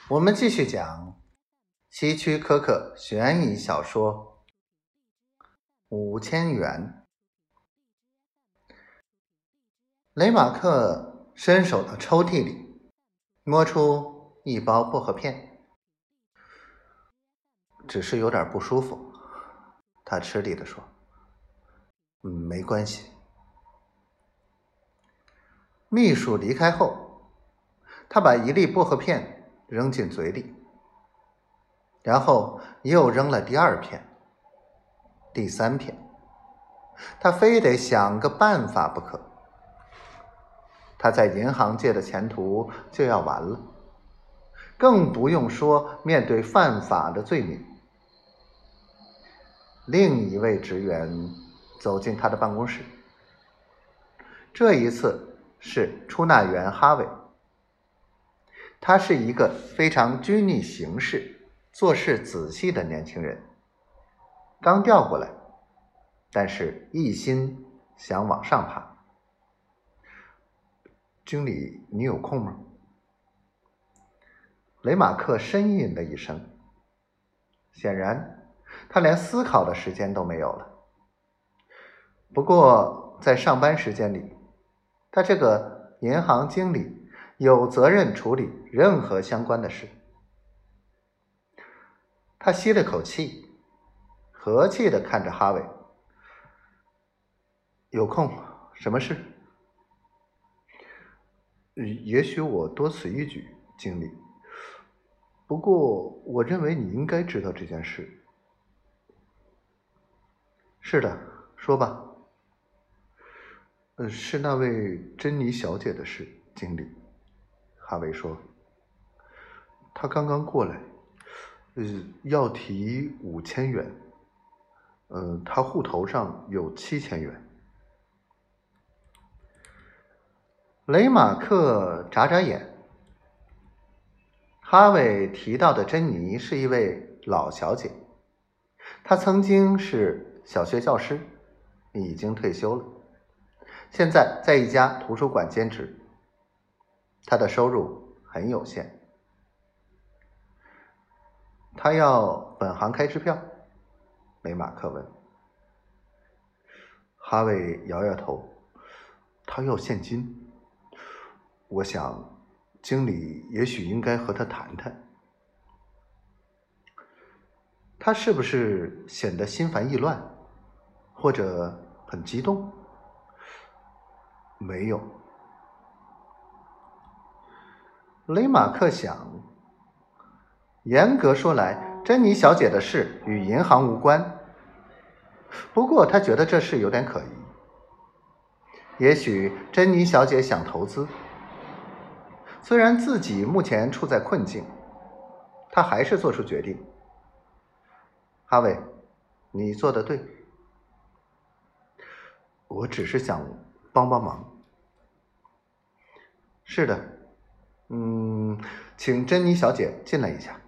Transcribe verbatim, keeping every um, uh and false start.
我们继续讲希区柯克悬疑小说《五千元》。雷马克伸手到抽屉里，摸出一包薄荷片，只是有点不舒服，他吃力地说：“嗯，没关系。”秘书离开后，他把一粒薄荷片扔进嘴里，然后又扔了第二片、第三片，他非得想个办法不可。他在银行界的前途就要完了，更不用说面对犯法的罪名。另一位职员走进他的办公室，这一次是出纳员哈维。他是一个非常拘泥行事、做事仔细的年轻人，刚调过来，但是一心想往上爬。经理，你有空吗？雷马克呻吟了一声，显然他连思考的时间都没有了。不过在上班时间里，他这个银行经理有责任处理任何相关的事。他吸了口气，和气地看着哈维：“有空，什么事？”“也许我多此一举，经理。不过我认为你应该知道这件事。”“是的，说吧。”“呃，是那位珍妮小姐的事，经理。”哈维说。“她刚刚过来，呃，要提五千元。呃，她户头上有七千元。”雷马克眨眨眼。哈维提到的珍妮是一位老小姐，她曾经是小学教师，已经退休了，现在在一家图书馆兼职。她的收入很有限。她要本行开支票？雷马克问。哈维摇摇头。她要现金。我想经理也许应该和他谈谈。他是不是显得心烦意乱，或者很激动？没有。雷马克想，严格说来，珍妮小姐的事与银行无关。不过他觉得这事有点可疑。也许珍妮小姐想投资，虽然自己目前处在困境，他还是做出决定。哈维，你做得对。我只是想帮帮忙。是的，嗯，请珍妮小姐进来一下。